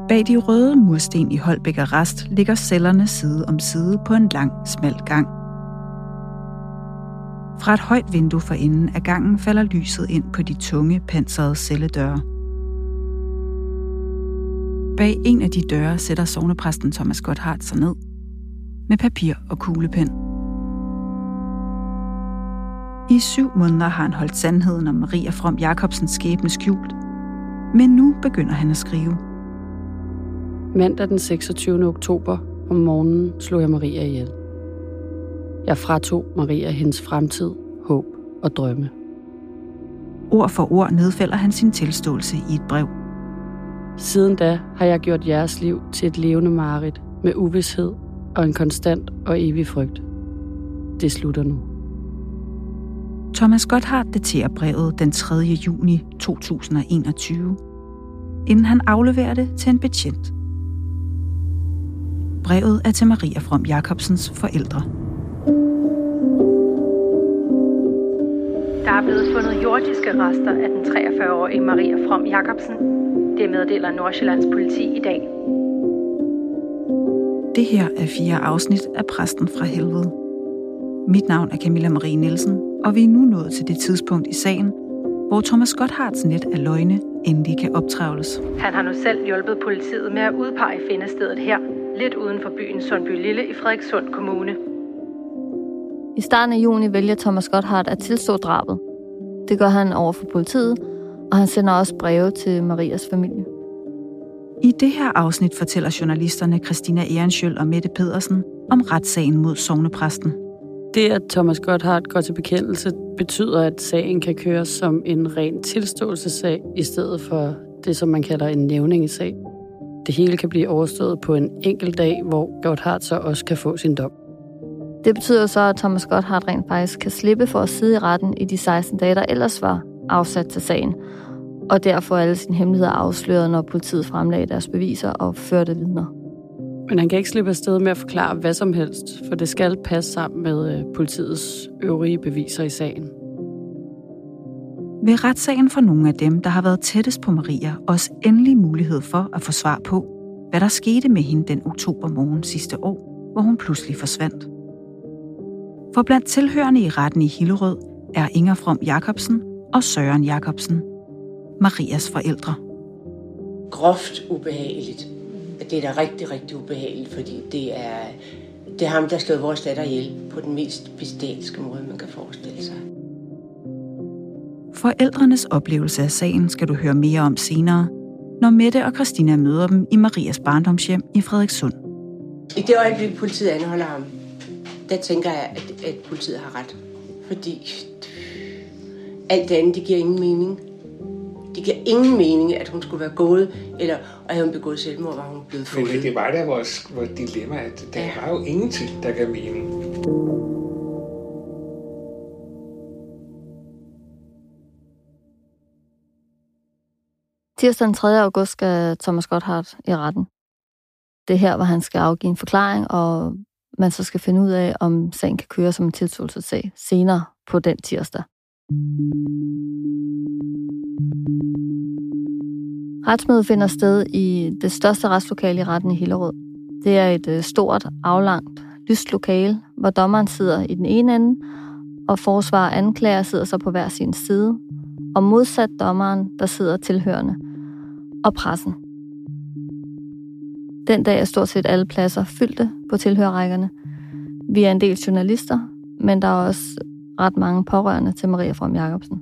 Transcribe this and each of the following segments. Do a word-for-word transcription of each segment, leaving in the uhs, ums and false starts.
Bag de røde mursten i Holbæk Arrest ligger cellerne side om side på en lang, smal gang. Fra et højt vindue for enden af gangen falder lyset ind på de tunge, pansrede celledøre. Bag en af de døre sætter sognepræsten Thomas Gotthardt sig ned med papir og kuglepen. I syv måneder har han holdt sandheden om Maria From Jacobsens skæbne skjult, men nu begynder han at skrive. Mandag den seksogtyvende oktober om morgenen slog jeg Maria ihjel. Jeg fratog Maria hendes fremtid, håb og drømme. Ord for ord nedfælder han sin tilståelse i et brev. Siden da har jeg gjort jeres liv til et levende mareridt med uvished og en konstant og evig frygt. Det slutter nu. Thomas Gotthardt daterer brevet den tredje juni to tusind og enogtyve, inden han afleverer det til en betjent. Brevet er til Maria From Jacobsens forældre. Der er blevet fundet jordiske rester af den treogfyrre-årige Maria From Jacobsen. Det meddeler Nordsjællands politi i dag. Det her er fire afsnit af Præsten fra Helvede. Mit navn er Camilla Marie Nielsen, og vi er nu nået til det tidspunkt i sagen, hvor Thomas Gotthardts net af løgne endelig kan optrævles. Han har nu selv hjulpet politiet med at udpege findestedet her, lidt uden for byen Sundby Lille i Frederikssund Kommune. I starten af juni vælger Thomas Gotthardt at tilstå drabet. Det gør han over for politiet, og han sender også breve til Marias familie. I det her afsnit fortæller journalisterne Christina Ehrenschøl og Mette Pedersen om retssagen mod sognepræsten. Det, at Thomas Gotthardt går til bekendelse, betyder, at sagen kan køres som en ren tilståelsessag, i stedet for det, som man kalder en nævningesag. Det hele kan blive overstået på en enkelt dag, hvor Gotthardt så også kan få sin dom. Det betyder så, at Thomas Gotthardt rent faktisk kan slippe for at sidde i retten i de seksten dage, der ellers var afsat til sagen, og derfor alle sine hemmeligheder afsløret, når politiet fremlagde deres beviser og førte vidner. Men han kan ikke slippe afsted med at forklare hvad som helst, for det skal passe sammen med politiets øvrige beviser i sagen. Ved retssagen for nogle af dem, der har været tættest på Maria, også endelig mulighed for at få svar på, hvad der skete med hende den oktobermorgen sidste år, hvor hun pludselig forsvandt. For blandt tilhørende i retten i Hillerød er Inger From Jacobsen og Søren Jacobsen, Marias forældre. Groft ubehageligt. Det er da rigtig, rigtig ubehageligt, fordi det er, det er ham, der slår vores datter ihjel på den mest bestialske måde, man kan forestille sig. Forældrenes oplevelse af sagen skal du høre mere om senere, når Mette og Christina møder dem i Marias barndomshjem i Frederikssund. I det øjeblik, politiet anholder ham, der tænker jeg, at, at politiet har ret. Fordi alt det andet, det giver ingen mening. Det giver ingen mening, at hun skulle være gået, eller at havde hun begået selvmord, var hun blevet fundet. Men det var da vores, vores dilemma, at der ja. var jo ingenting, der gav mening. Tirsdag den tredje august skal Thomas Gotthardt i retten. Det er her, hvor han skal afgive en forklaring, og man så skal finde ud af, om sagen kan køre som en tilståelsessag senere på den tirsdag. Retsmødet finder sted i det største retslokale i retten i Hillerød. Det er et stort, aflangt, lyst lokale, hvor dommeren sidder i den ene ende, og forsvarer og anklager sidder så på hver sin side. Og modsat dommeren, der sidder tilhørende, og pressen. Den dag er stort set alle pladser fyldte på tilhørerrækkerne. Vi er en del journalister, men der er også ret mange pårørende til Maria From Jacobsen.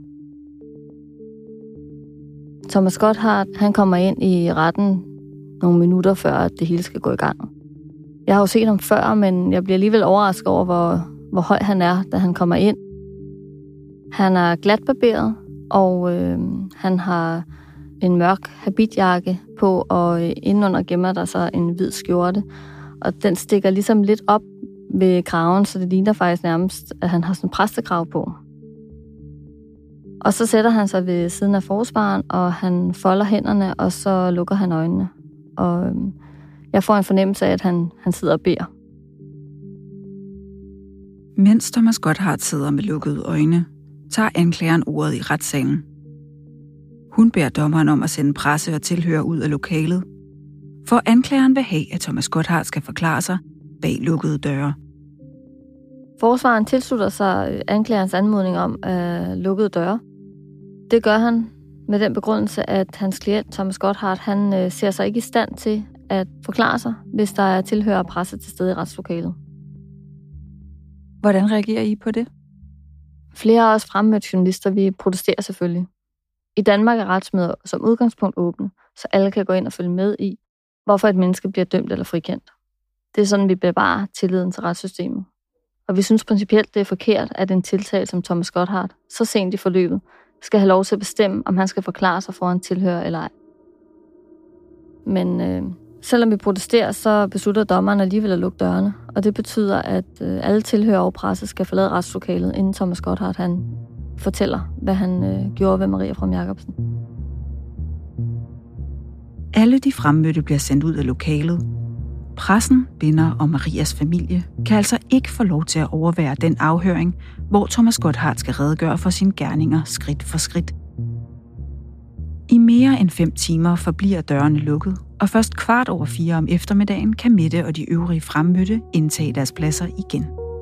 Thomas Gotthardt, han kommer ind i retten nogle minutter før, at det hele skal gå i gang. Jeg har jo set ham før, men jeg bliver alligevel overrasket over, hvor, hvor høj han er, da han kommer ind. Han er glatbarberet, og øh, han har en mørk habitjakke på, og øh, indenunder gemmer der så en hvid skjorte. Og den stikker ligesom lidt op ved kraven, så det ligner faktisk nærmest, at han har sådan en præstekrav på. Og så sætter han sig ved siden af forsvareren, og han folder hænderne, og så lukker han øjnene. Og øh, jeg får en fornemmelse af, at han, han sidder og beder. Mens Thomas Gotthardt sidder med lukkede øjne, tager anklageren ordet i retssalen. Hun beder dommeren om at sende presse og tilhører ud af lokalet, For anklageren vil have, at Thomas Gotthardt skal forklare sig bag lukkede døre. Forsvaren tilslutter sig anklagerens anmodning om uh, lukkede døre. Det gør han med den begrundelse, at hans klient Thomas Gotthardt, han uh, ser sig ikke i stand til at forklare sig, hvis der er tilhører presse til stede i retslokalet. Hvordan reagerer I på det? Flere af os fremmødte journalister, vi protesterer selvfølgelig. I Danmark er retsmøder som udgangspunkt åbne, så alle kan gå ind og følge med i, hvorfor et menneske bliver dømt eller frikendt. Det er sådan, vi bevarer tilliden til retssystemet. Og vi synes principielt, det er forkert, at en tiltalt som Thomas Gotthardt, så sent i forløbet, skal have lov til at bestemme, om han skal forklare sig foran tilhører eller ej. Men øh, selvom vi protesterer, så beslutter dommeren alligevel at lukke dørene, og det betyder, at øh, alle tilhører og presse skal forlade retslokalet, inden Thomas Gotthardt han fortæller, hvad han øh, gjorde ved Maria From Jacobsen. Alle de fremmødte bliver sendt ud af lokalet. Pressen, venner og Marias familie kan altså ikke få lov til at overvære den afhøring, hvor Thomas Gotthardt skal redegøre for sine gerninger skridt for skridt. I mere end fem timer forbliver dørene lukket, og først kvart over fire om eftermiddagen kan Mette og de øvrige fremmødte indtage deres pladser igen.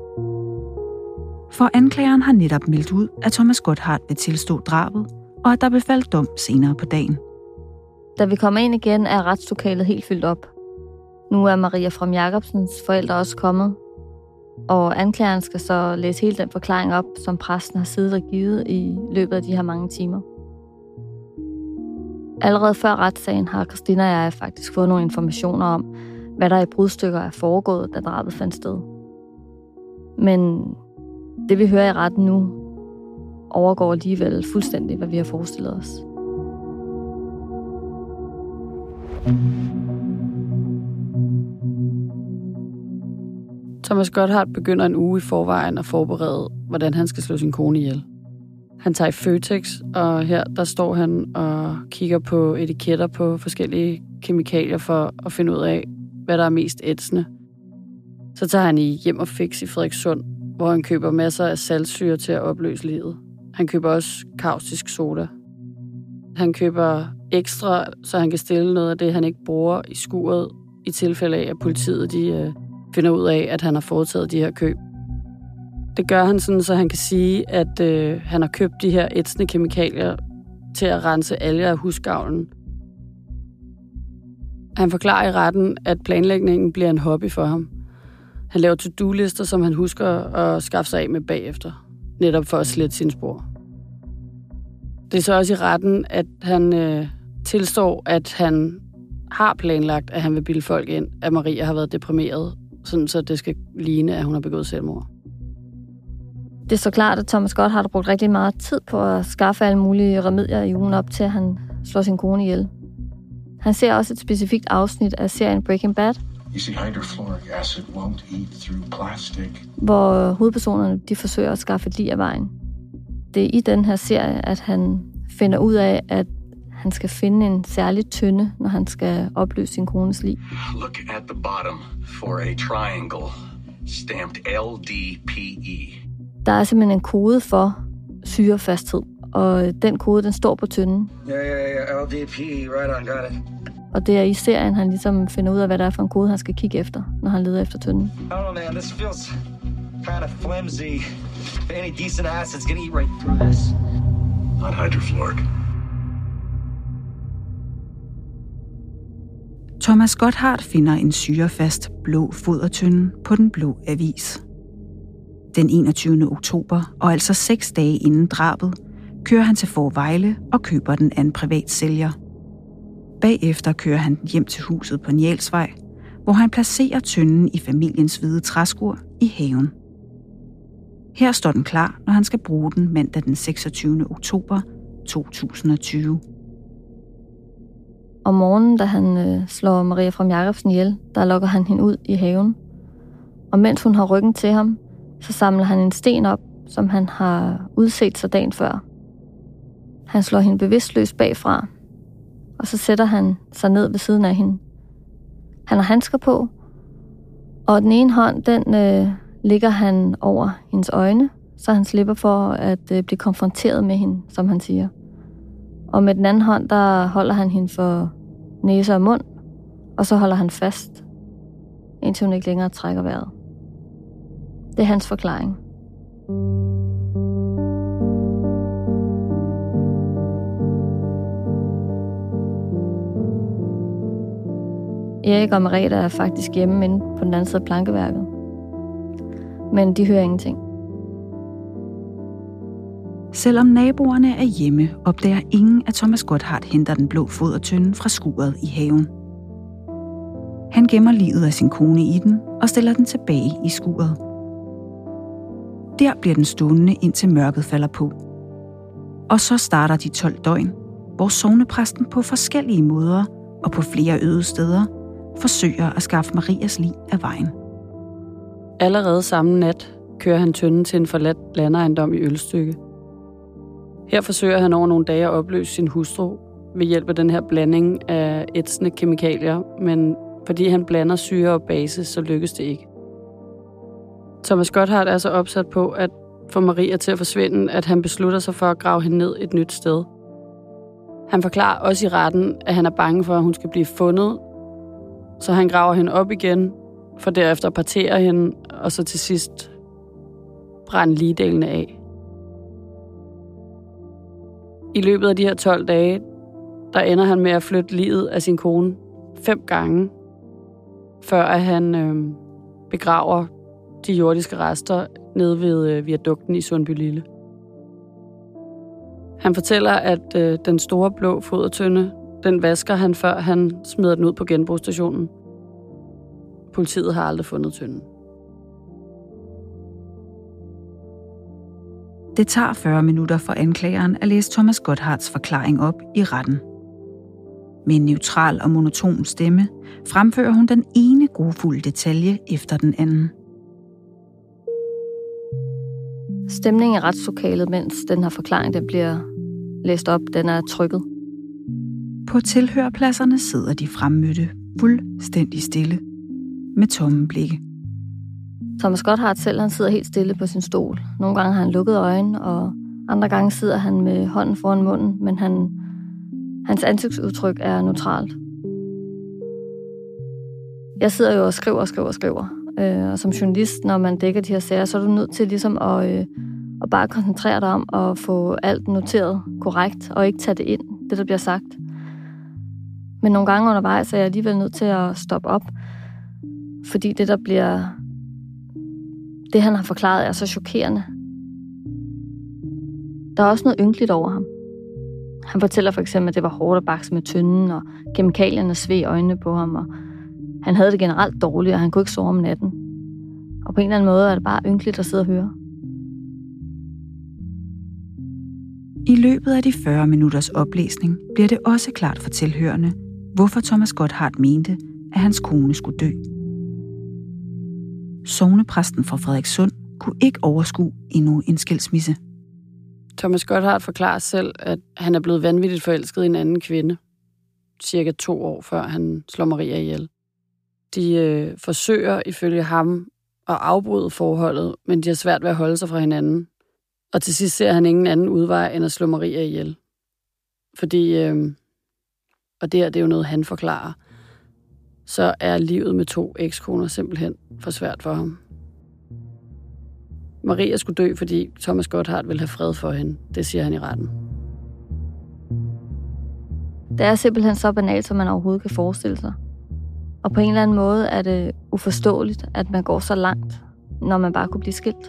For anklageren har netop meldt ud, at Thomas Gotthardt vil tilstå drabet, og at der vil falde dom senere på dagen. Da vi kommer ind igen, er retslokalet helt fyldt op. Nu er Maria From Jacobsens forældre også kommet, og anklageren skal så læse hele den forklaring op, som præsten har siddet og givet i løbet af de her mange timer. Allerede før retssagen har Christina og jeg faktisk fået nogle informationer om, hvad der i brudstykker er foregået, da drabet fandt sted. Men det vi hører i retten nu, overgår alligevel fuldstændig, hvad vi har forestillet os. Thomas Gotthardt begynder en uge i forvejen at forberede, hvordan han skal slå sin kone ihjel. Han tager i Føtex, og her der står han og kigger på etiketter på forskellige kemikalier for at finde ud af, hvad der er mest ætsende. Så tager han i Hjem og Fix i Frederikssund, hvor han køber masser af saltsyre til at opløse livet. Han køber også kaustisk soda. Han køber ekstra, så han kan stille noget af det, han ikke bruger i skuret, i tilfælde af, at politiet de, øh, finder ud af, at han har foretaget de her køb. Det gør han sådan, så han kan sige, at øh, han har købt de her ætsende kemikalier til at rense alger af husgavlen. Han forklarer i retten, at planlægningen bliver en hobby for ham. Han laver to-do-lister, som han husker at skaffe sig af med bagefter, netop for at slette sine spor. Det er så også i retten, at han øh, tilstår, at han har planlagt, at han vil bilde folk ind, at Maria har været deprimeret, sådan så det skal ligne, at hun har begået selvmord. Det er så klart, at Thomas Gotthardt har brugt rigtig meget tid på at skaffe alle mulige remedier i ugen op til, at han slår sin kone ihjel. Han ser også et specifikt afsnit af serien Breaking Bad, hvor hovedpersonerne de forsøger at skaffe et lig af vejen. Det er i den her serie, at han finder ud af, at han skal finde en særlig tynde, når han skal opløse sin kones lig. Look at the bottom for a triangle stamped L D P E. Der er simpelthen en kode for syrefasthed, og den kode, den står på tynden. Ja, ja, ja, L D P E, right on, got it. Og det er i serien, han ligesom finder ud af, hvad der er for en kode, han skal kigge efter, når han leder efter tynden. I don't know, man, this feels kind of flimsy. Any decent acid's gonna eat right through this. Not hydrofluoric. Thomas Gotthardt finder en syrefast blå fodertønde på Den Blå Avis. Den enogtyvende oktober, og altså seks dage inden drabet, kører han til Fårevejle og køber den af en privat sælger. Bagefter kører han den hjem til huset på Njalsvej, hvor han placerer tønden i familiens hvide træskur i haven. Her står den klar, når han skal bruge den mandag den seksogtyvende oktober to tusind og tyve. Om morgenen, da han øh, slår Maria From Jacobsen ihjel, der lokker han hende ud i haven. Og mens hun har ryggen til ham, så samler han en sten op, som han har udset sig dagen før. Han slår hende bevidstløs bagfra, og så sætter han sig ned ved siden af hende. Han har handsker på, og den ene hånd, den øh, ligger han over hendes øjne, så han slipper for at øh, blive konfronteret med hende, som han siger. Og med den anden hånd, der holder han hende for næse og mund, Og så holder han fast, indtil hun ikke længere trækker vejret. Det er hans forklaring. Erik og Merete er faktisk hjemme inde på den anden side af plankeværket. Men de hører ingenting. Selvom naboerne er hjemme, opdager ingen, at Thomas Gotthardt henter den blå fodertønde fra skuret i haven. Han gemmer liget af sin kone i den og stiller den tilbage i skuret. Der bliver den stående, indtil mørket falder på. Og så starter de tolv døgn, hvor sognepræsten på forskellige måder og på flere øde steder forsøger at skaffe Marias lig af vejen. Allerede samme nat kører han tønden til en forladt landejendom i Ølstykke. Her forsøger han over nogle dage at opløse sin hustru ved hjælp af den her blanding af ætsende kemikalier, men fordi han blander syre og base, så lykkes det ikke. Thomas Gotthardt er så opsat på at få Maria til at forsvinde, at han beslutter sig for at grave hende ned et nyt sted. Han forklarer også i retten, at han er bange for, at hun skal blive fundet, så han graver hende op igen, for derefter at partere hende, og så til sidst brænde ligdelene af. I løbet af de her tolv dage, der ender han med at flytte liget af sin kone fem gange, før at han øh, begraver de jordiske rester nede ved øh, viadukten i Sundbylille. Han fortæller, at øh, den store blå fodertønde, den vasker han, før han smider den ud på genbrugsstationen. Politiet har aldrig fundet tønden. Det tager fyrre minutter for anklageren at læse Thomas Gotthardts forklaring op i retten. Med en neutral og monoton stemme fremfører hun den ene grufulde detalje efter den anden. Stemningen i retslokalet, mens den her forklaring der bliver læst op, den er trykket. På tilhørpladserne sidder de fremmødte fuldstændig stille med tomme blikke. Thomas Gotthardt selv, han sidder helt stille på sin stol. Nogle gange har han lukket øjnene, og andre gange sidder han med hånden foran munden, men han, hans ansigtsudtryk er neutralt. Jeg sidder jo og skriver og skriver og skriver. Øh, og som journalist, når man dækker de her sager, så er du nødt til ligesom at, øh, at bare koncentrere dig om at få alt noteret korrekt, og ikke tage det ind, det der bliver sagt. Men nogle gange undervejs er jeg alligevel nødt til at stoppe op, fordi det, der bliver... Det, han har forklaret, er så chokerende. Der er også noget ynkeligt over ham. Han fortæller for eksempel, at det var hårdt at bakse med tynden, og kemikalierne sved øjnene på ham, og han havde det generelt dårligt, og han kunne ikke sove om natten. Og på en eller anden måde er det bare ynkeligt at sidde og høre. I løbet af de fyrre minutters oplæsning bliver det også klart for tilhørende, hvorfor Thomas Gotthardt mente, at hans kone skulle dø. Sognepræsten fra Frederikssund kunne ikke overskue endnu en skilsmisse. Thomas Gotthardt forklarer selv, at han er blevet vanvittigt forelsket i en anden kvinde, cirka to år før han slår Maria ihjel. De øh, forsøger ifølge ham at afbryde forholdet, men de har svært ved at holde sig fra hinanden. Og til sidst ser han ingen anden udvej end at slå Maria ihjel. Fordi, øh, og det her, det er jo noget, han forklarer, så er livet med to ekskoner simpelthen for svært for ham. Maria skulle dø, fordi Thomas Gotthardt ville have fred for hende. Det siger han i retten. Det er simpelthen så banalt, som man overhovedet kan forestille sig. Og på en eller anden måde er det uforståeligt, at man går så langt, når man bare kunne blive skilt.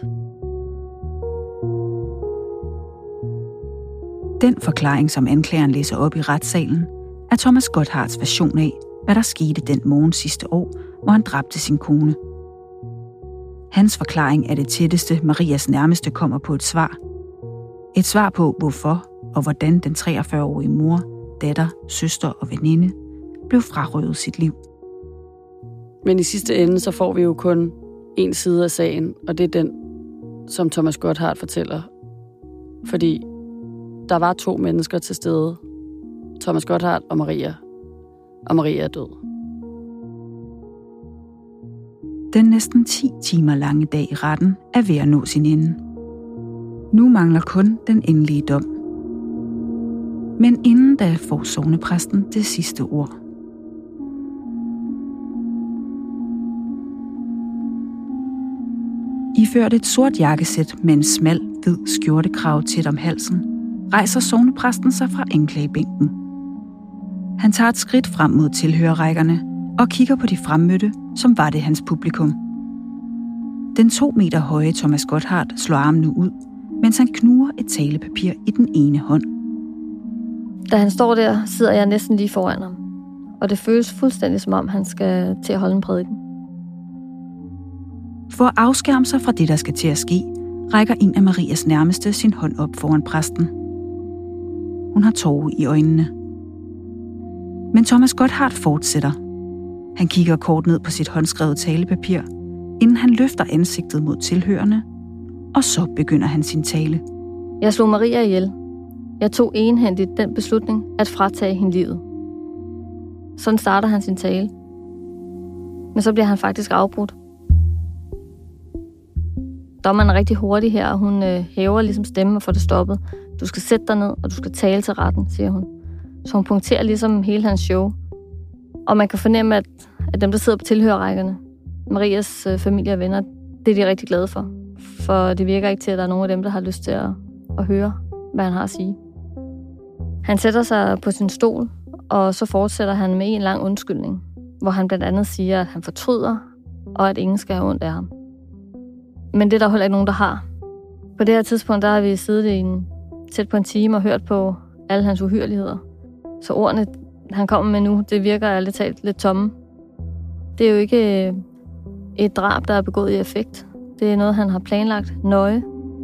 Den forklaring, som anklageren læser op i retssalen, er Thomas Gotthardts version af, hvad der skete den morgen sidste år, hvor han dræbte sin kone. Hans forklaring er det tætteste, Marias nærmeste kommer på et svar. Et svar på, hvorfor og hvordan den treogfyrre-årige mor, datter, søster og veninde blev frarøvet sit liv. Men i sidste ende, så får vi jo kun en side af sagen, og det er den, som Thomas Gotthardt fortæller. Fordi der var to mennesker til stede, Thomas Gotthardt og Maria, og Maria er død. Den næsten ti timer lange dag i retten er ved at nå sin ende. Nu mangler kun den endelige dom. Men inden da får sognepræsten det sidste ord. Iført et sort jakkesæt med en smal, hvid skjortekrave tæt om halsen, rejser sognepræsten sig fra anklagebænken. Han tager et skridt frem mod tilhørerrækkerne og kigger på de fremmødte, som var det hans publikum. Den to meter høje Thomas Gotthardt slår armen nu ud, mens han knuger et talepapir i den ene hånd. Da han står der, sidder jeg næsten lige foran ham. Og det føles fuldstændig som om, han skal til at holde en prædiken. For at afskærme sig fra det, der skal til at ske, rækker en af Marias nærmeste sin hånd op foran præsten. Hun har tårer i øjnene. Men Thomas Gotthardt fortsætter. Han kigger kort ned på sit håndskrevet talepapir, inden han løfter ansigtet mod tilhørerne, og så begynder han sin tale. Jeg slog Maria ihjel. Jeg tog enhændigt den beslutning at fratage hende livet. Sådan starter han sin tale. Men så bliver han faktisk afbrudt. Dommeren er rigtig hurtig her, og hun øh, hæver ligesom stemmen og får det stoppet. Du skal sætte dig ned, og du skal tale til retten, siger hun. Så hun punkterer ligesom hele hans show. Og man kan fornemme, at, at dem, der sidder på tilhørerrækkerne, Marias øh, familie og venner, det er de rigtig glade for. For det virker ikke til, at der er nogen af dem, der har lyst til at, at høre, hvad han har at sige. Han sætter sig på sin stol, og så fortsætter han med en lang undskyldning, hvor han blandt andet siger, at han fortryder, og at ingen skal have ondt af ham. Men det er der heller ikke nogen, der har. På det her tidspunkt, der har vi siddet i en, tæt på en time og hørt på alle hans uhyreligheder. Så ordene, han kommer med nu, det virker ærligt talt lidt tomme. Det er jo ikke et drab, der er begået i affekt. Det er noget, han har planlagt nøje.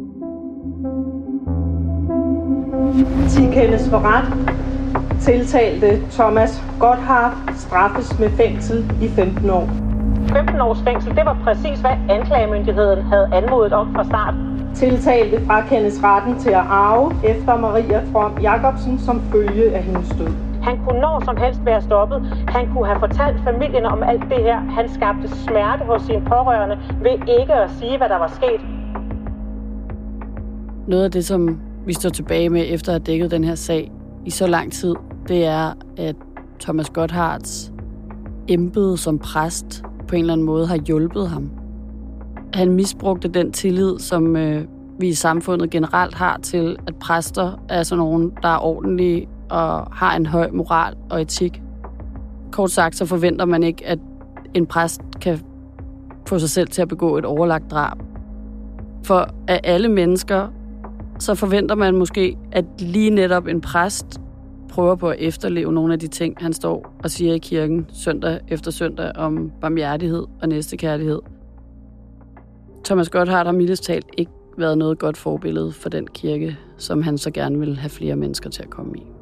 ti kendes for ret. Tiltalte Thomas Gotthardt straffes med fængsel i femten år. femten års fængsel, det var præcis, hvad anklagemyndigheden havde anmodet om fra start. Tiltalte frakendes retten til at arve efter Maria From Jakobsen som følge af hendes død. Han kunne når som helst være stoppet. Han kunne have fortalt familien om alt det her. Han skabte smerte hos sine pårørende ved ikke at sige, hvad der var sket. Noget af det, som vi står tilbage med efter at have dækket den her sag i så lang tid, det er, at Thomas Gotthardts embede som præst på en eller anden måde har hjulpet ham. Han misbrugte den tillid, som øh, vi i samfundet generelt har til, at præster er sådan nogen, der er ordentlige og har en høj moral og etik. Kort sagt, så forventer man ikke, at en præst kan få sig selv til at begå et overlagt drab. For af alle mennesker, så forventer man måske, at lige netop en præst prøver på at efterleve nogle af de ting, han står og siger i kirken søndag efter søndag om barmhjertighed og næstekærlighed. Thomas Gotthardt har mildest talt ikke været noget godt forbillede for den kirke, som han så gerne vil have flere mennesker til at komme i.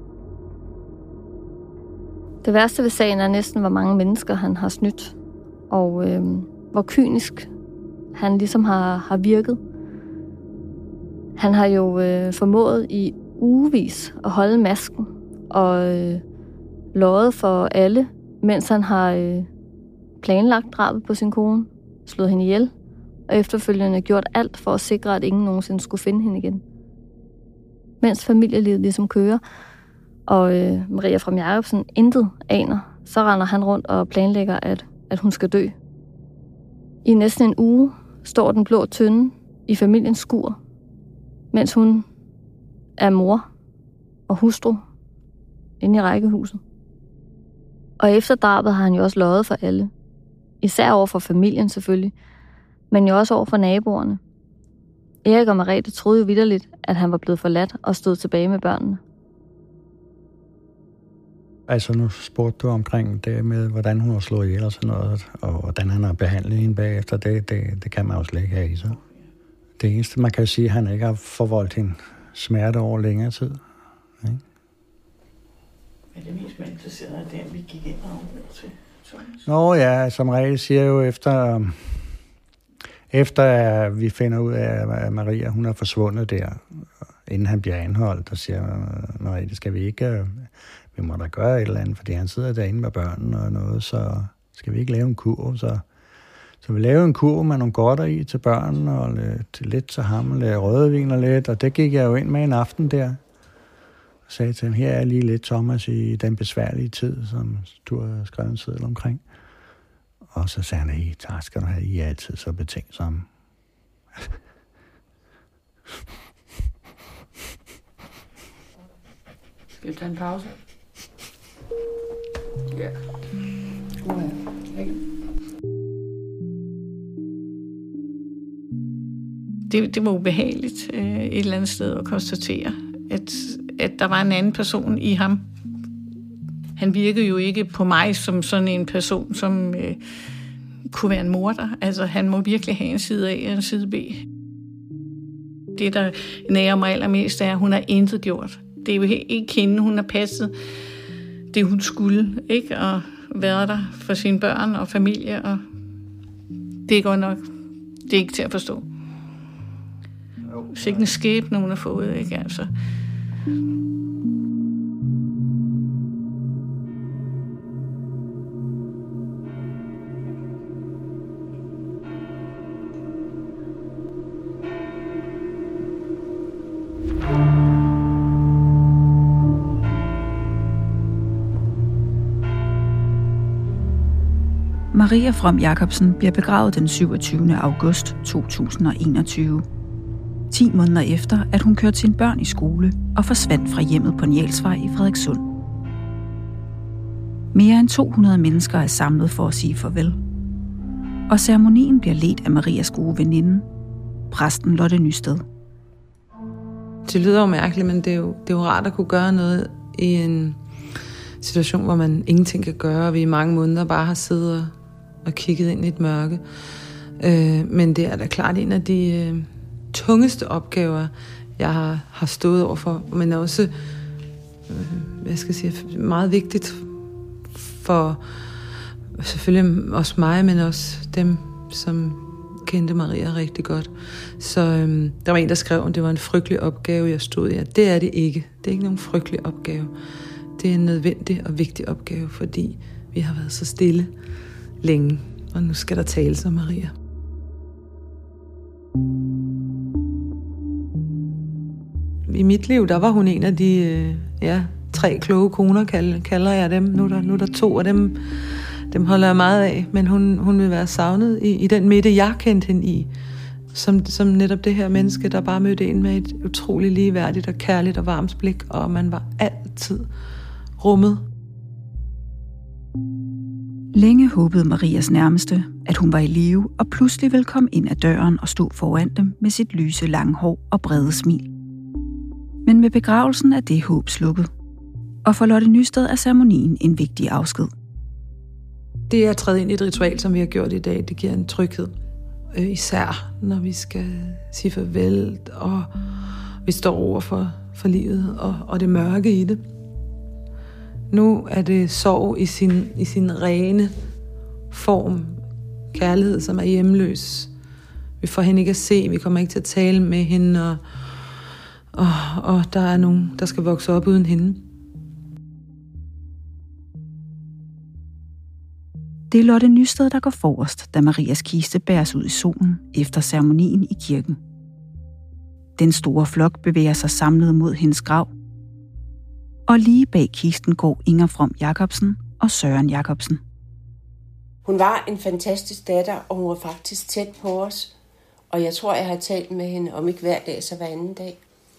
Det værste ved sagen er næsten, hvor mange mennesker han har snydt, og øh, hvor kynisk han ligesom har, har virket. Han har jo øh, formået i ugevis at holde masken og øh, løjet for alle, mens han har øh, planlagt drabet på sin kone, slået hende ihjel, og efterfølgende gjort alt for at sikre, at ingen nogensinde skulle finde hende igen. Mens familielivet ligesom kører, og øh, Maria From Jakobsen intet aner, så render han rundt og planlægger, at, at hun skal dø. I næsten en uge står den blå tønde i familiens skur, mens hun er mor og hustru inde i rækkehuset. Og efter drabet har han jo også løjet for alle. Især over for familien selvfølgelig, men jo også over for naboerne. Erik og Merete troede jo vitterligt, at han var blevet forladt og stod tilbage med børnene. Altså nu spurgte du omkring det med, hvordan hun har slået ihjel og sådan noget, og hvordan han har behandlet hende bagefter. Det, det, det kan man jo slet ikke have i sig. Det eneste, man kan sige, at han ikke har forvoldt hende smerte over længere tid. Ikke? Men det mest interesserede er den, vi gik ind og til. Nå ja, som regel siger jo efter, efter at vi finder ud af, at Maria hun er forsvundet der, inden han bliver anholdt, og siger, Maria, det skal vi ikke, vi må da gøre et eller andet, fordi han sidder derinde med børnene og noget, så skal vi ikke lave en kurv, så Så vi lavede en kurv med nogle godter i til børnene, og lidt, lidt til ham, og lidt rødvin og lidt, og det gik jeg jo ind med en aften der. Og sagde til ham, her er lige lidt Thomas i den besværlige tid, som du har skrevet en seddel omkring. Og så sagde han, hey, tak skal du have, I er altid så betænksomme. Skal vi tage en pause? Ja. Uh, ja. Det, det var ubehageligt øh, et eller andet sted at konstatere, at, at der var en anden person i ham. Han virkede jo ikke på mig som sådan en person, som øh, kunne være en morder. Altså, han må virkelig have en side A og en side B. Det, der nærer mig allermest, er, at hun har intet gjort. Det er jo ikke hende, hun har passet det, hun skulle, ikke? Og været der for sine børn og familie, og det er godt nok, det er ikke til at forstå. Sikke en skæbne, hun har fået, ikke? Altså. Maria From Jacobsen bliver begravet den syvogtyvende august to tusind og enogtyve. Ti måneder efter, at hun kørte sine børn i skole og forsvandt fra hjemmet på Njælsvej i Frederikssund. Mere end to hundrede mennesker er samlet for at sige farvel. Og ceremonien bliver ledt af Marias gode veninde, præsten Lotte Nysted. Det lyder jo mærkeligt, men det er jo, det er jo rart at kunne gøre noget i en situation, hvor man ingenting kan gøre, og vi i mange måneder bare har siddet og, og kigget ind i et mørke. Øh, men det er da klart en af de øh, tungeste opgaver, jeg har, har stået overfor, men også øh, hvad skal jeg sige, meget vigtigt for selvfølgelig også mig, men også dem, som kendte Maria rigtig godt. Så øh, der var en, der skrev, at det var en frygtelig opgave, jeg stod i. Ja, det er det ikke. Det er ikke nogen frygtelig opgave. Det er en nødvendig og vigtig opgave, fordi vi har været så stille længe, og nu skal der tales om Maria. I mit liv, der var hun en af de øh, ja, tre kloge koner, kalder, kalder jeg dem. Nu er der, nu er der to af dem, dem holder jeg meget af, men hun, hun vil være savnet i, i den midte, jeg kendte hende i. Som, som netop det her menneske, der bare mødte ind med et utroligt ligeværdigt og kærligt og varmt blik, og man var altid rummet. Længe håbede Marias nærmeste, at hun var i live, og pludselig ville komme ind ad døren og stå foran dem med sit lyse lange hår og brede smil. Men med begravelsen er det håb slukket. Og for Lotte Nysted er ceremonien en vigtig afsked. Det er at træde ind i et ritual, som vi har gjort i dag. Det giver en tryghed. Øh, især når vi skal sige farvel, og vi står over for, for livet og, og det mørke i det. Nu er det sorg i sin, i sin rene form. Kærlighed, som er hjemløs. Vi får hende ikke at se, vi kommer ikke til at tale med hende, og, og, og der er nogen, der skal vokse op uden hende. Det er Lotte Nysted, der går forrest, da Marias kiste bæres ud i solen efter ceremonien i kirken. Den store flok bevæger sig samlet mod hendes grav. Og lige bag kisten går Inger From Jacobsen og Søren Jacobsen. Hun var en fantastisk datter, og hun var faktisk tæt på os. Og jeg tror, jeg har talt med hende, om ikke hver dag, så hver anden dag.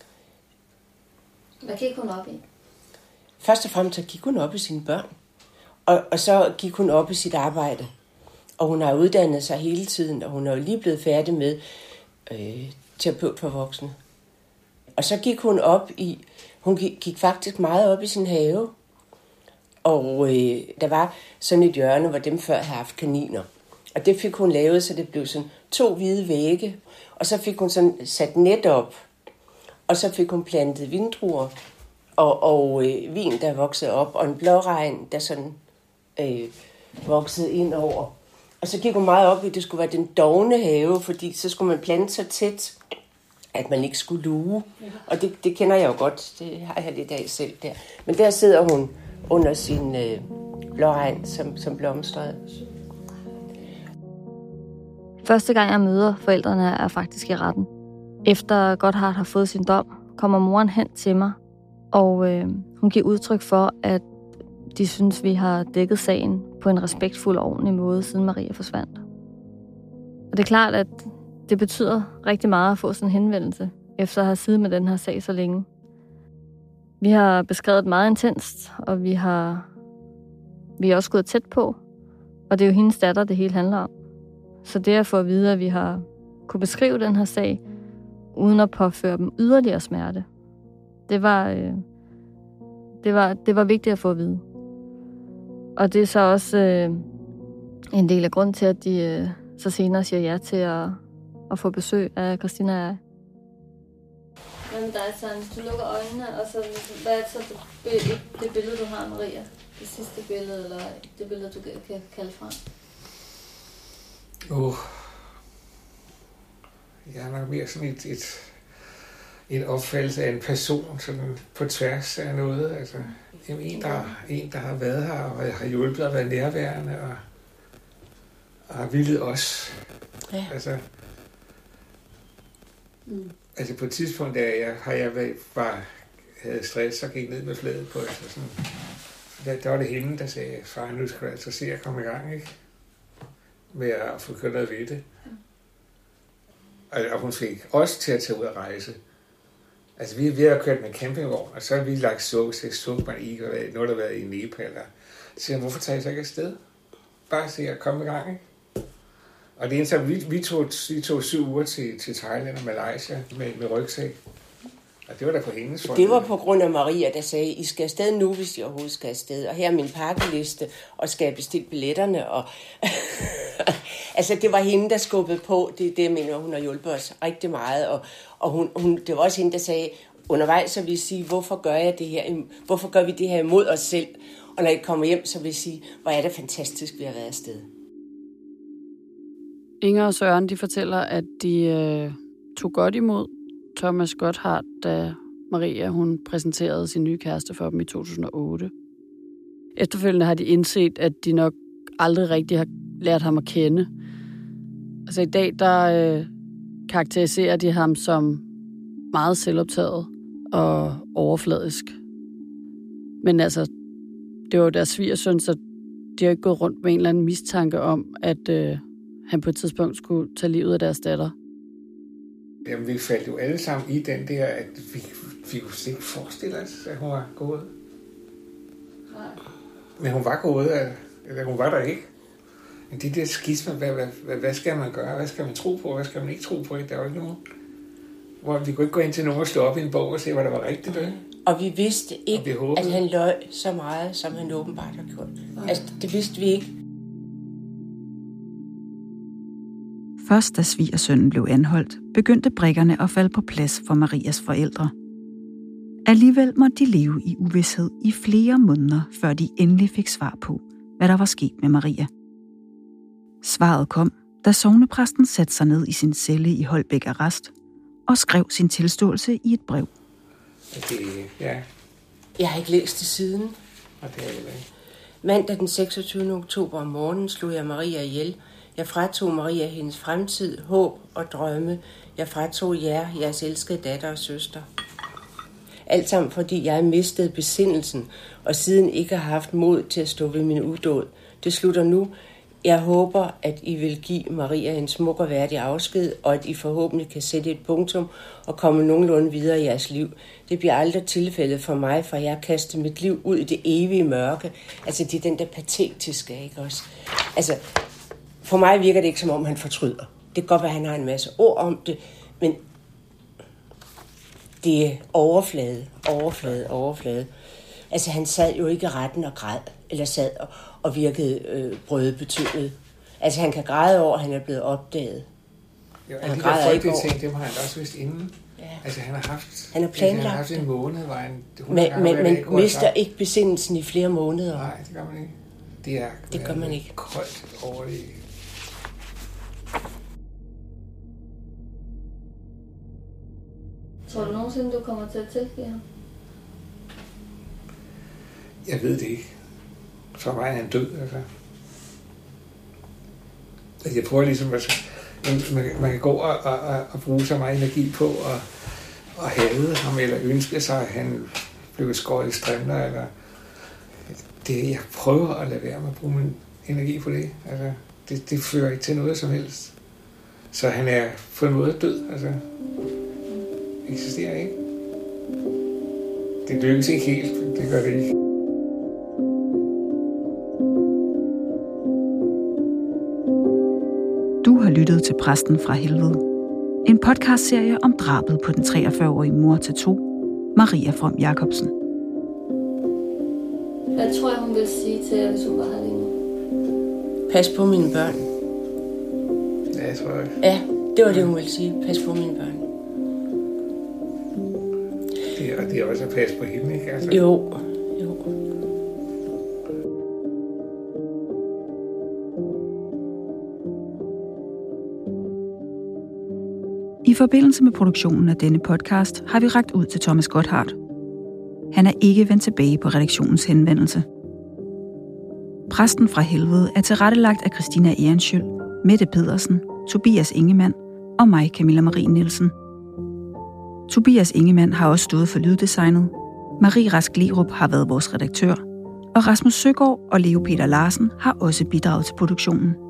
Hvad gik hun op i? Først og fremmest så gik hun op i sine børn. Og, og så gik hun op i sit arbejde. Og hun har uddannet sig hele tiden, og hun er jo lige blevet færdig med øh, terapeut for voksne. Og så gik hun op i, hun gik, gik faktisk meget op i sin have. Og øh, der var sådan et hjørne, hvor dem før havde haft kaniner. Og det fik hun lavet, så det blev sådan to hvide vægge. Og så fik hun sådan sat net op. Og så fik hun plantet vindruer og, og øh, vin, der voksede op. Og en blåregn, der sådan øh, voksede ind over. Og så gik hun meget op i, at det skulle være den dovne have, fordi så skulle man plante så tæt, at man ikke skulle luge. Og det, det kender jeg jo godt. Det har jeg lidt af selv der. Men der sidder hun under sin øh, blåregn, som, som blomstrede. Første gang jeg møder forældrene er faktisk i retten. Efter Gotthard har fået sin dom, kommer moren hen til mig, og øh, hun giver udtryk for, at de synes, vi har dækket sagen på en respektfuld og ordentlig måde, siden Maria forsvandt. Og det er klart, at det betyder rigtig meget at få sådan en henvendelse, efter at have siddet med den her sag så længe. Vi har beskrevet meget intenst, og vi har, vi er også gået tæt på, og det er jo hendes datter, det hele handler om. Så det at få at vide, at vi har kunne beskrive den her sag, uden at påføre dem yderligere smerte, det var, øh, det var, det var vigtigt at få at vide. Og det er så også øh, en del af grunden til, at de øh, så senere siger ja til at, at få besøg af Christina og jeg. Hvad med dig, Søren? Hvis du lukker øjnene, og så, hvad er så det, det billede, du har, Maria? Det sidste billede, eller det billede, du kan kalde fra? Åh. Oh. Jeg er nok mere sådan et, et, et opfattelse af en person sådan på tværs af noget. Altså, jamen en, der, en, der har været her og har hjulpet at være nærværende og, og har villet os. Ja. Altså, mm. altså på et tidspunkt, da jeg, har jeg været, var, havde stress og gik ned med fladet på, altså sådan, der, der var det hende, der sagde, far, nu skal du altså se at komme i gang, ikke? Med at få kørt noget ved det. Og hun fik os til at tage ud og rejse. Altså, vi, vi har kørt med en campingvogn, og så har vi lagt sukke, så sukke man ikke, og nu har der været i Nepal. Og så siger, hvorfor tager I så ikke afsted? Bare se at komme i gang, ikke? Og det eneste, vi, vi, tog, vi tog syv uger til, til Thailand og Malaysia med, med rygsæk. Og det var da på hendes folk. Det var på grund af Maria, der sagde, I skal afsted nu, hvis I overhovedet skal afsted. Og her er min pakkeliste, og skal jeg bestille billetterne. Og altså, det var hende, der skubbede på. Det er det, jeg mener, hun har hjulpet os rigtig meget. Og, og hun, hun, det var også hende, der sagde, undervejs så vil jeg sige, hvorfor gør jeg det her? Hvorfor gør vi det her imod os selv? Og når I kommer hjem, så vil jeg sige, hvor er det fantastisk, vi har været afsted. Inger og Søren, de fortæller, at de øh, tog godt imod Thomas Gotthardt, da Maria hun præsenterede sin nye kæreste for dem i to tusind og otte. Efterfølgende har de indset, at de nok aldrig rigtig har lært ham at kende. Altså i dag, der øh, karakteriserer de ham som meget selvoptaget og overfladisk. Men altså, det var jo deres svigersøn, så de har ikke gået rundt med en eller anden mistanke om, at øh, han på et tidspunkt skulle tage livet af deres datter. Jamen, vi faldt jo alle sammen i den der, at vi, vi kunne ikke forestille os, at hun var gået. Nej. Men hun var gået, eller hun var der ikke. Men det der skisme, hvad, hvad, hvad skal man gøre? Hvad skal man tro på? Hvad skal man ikke tro på? Der var ikke nogen. Hvor vi kunne ikke gå ind til nogen og slå op i en bog og se, hvad der var rigtigt. Ikke? Og vi vidste ikke, vi at han løj så meget, som han åbenbart har gjort. Nej. Altså, det vidste vi ikke. Først da svigersønnen blev anholdt, begyndte brikkerne at falde på plads for Marias forældre. Alligevel måtte de leve i uvished i flere måneder, før de endelig fik svar på, hvad der var sket med Maria. Svaret kom, da sognepræsten satte sig ned i sin celle i Holbæk Arrest og skrev sin tilståelse i et brev. Det, ja. Jeg har ikke læst det siden. Og det er det. Mandag den seksogtyvende oktober om morgenen slog jeg Maria ihjel. Jeg fratog Maria hendes fremtid, håb og drømme. Jeg fratog jer, jeres elskede datter og søster. Alt sammen fordi jeg mistede besindelsen, og siden ikke har haft mod til at stå ved min udåd. Det slutter nu. Jeg håber, at I vil give Maria en smuk og værdig afsked, og at I forhåbentlig kan sætte et punktum og komme nogenlunde videre i jeres liv. Det bliver aldrig tilfældet for mig, for jeg har kastet mit liv ud i det evige mørke. Altså, det er den der patetiske, ikke også? Altså, for mig virker det ikke, som om han fortryder. Det kan godt være, at han har en masse ord om det, men det er overflade, overflade, overflade. Altså, han sad jo ikke i retten og græd, eller sad og, og virkede øh, brødebetynget. Altså, han kan græde over, at han er blevet opdaget. Jo, han græder ikke over. Ting, det har han også vidst inden. Ja. Altså, han har haft, han har planlagt han har haft en måned, hvor han... Men man, man mister ikke besindelsen i flere måneder. Nej, det gør man ikke. Det, er, det gør man ikke. Koldt over det. Tror du nogensinde, du kommer til at tilgive ham? Jeg ved det ikke. For mig er han død, altså. Jeg prøver ligesom, at man, man kan gå og, og, og bruge så meget energi på at, at hade ham, eller ønske sig, at han blev skåret i strimler, eller det, jeg prøver at lade være med at bruge min energi på det. Altså, det, det fører ikke til noget som helst. Så han er på en måde død, altså eksisterer ikke. Det lykkes ikke helt, det gør det ikke. Du har lyttet til Præsten fra Helvede. En podcastserie om drabet på den treogfyrre-årige mor til to, Maria From Jacobsen. Hvad tror jeg, hun vil sige til jer, hvis hun var her lige nu? Pas på mine børn. Ja, jeg tror jeg. Ja, det var det, hun ville sige. Pas på mine børn. Det er, det er også at passe på hende, ikke? Altså. Jo, jo. I forbindelse med produktionen af denne podcast har vi rakt ud til Thomas Gotthardt. Han er ikke vendt tilbage på redaktionens henvendelse. Præsten fra Helvede er tilrettelagt af Christina Ehrenschiøld, Mette Pedersen, Tobias Ingemann og mig, Camilla Marie Nielsen. Tobias Ingemann har også stået for lyddesignet, Marie Rask Lerup har været vores redaktør, og Rasmus Søgaard og Leo Peter Larsen har også bidraget til produktionen.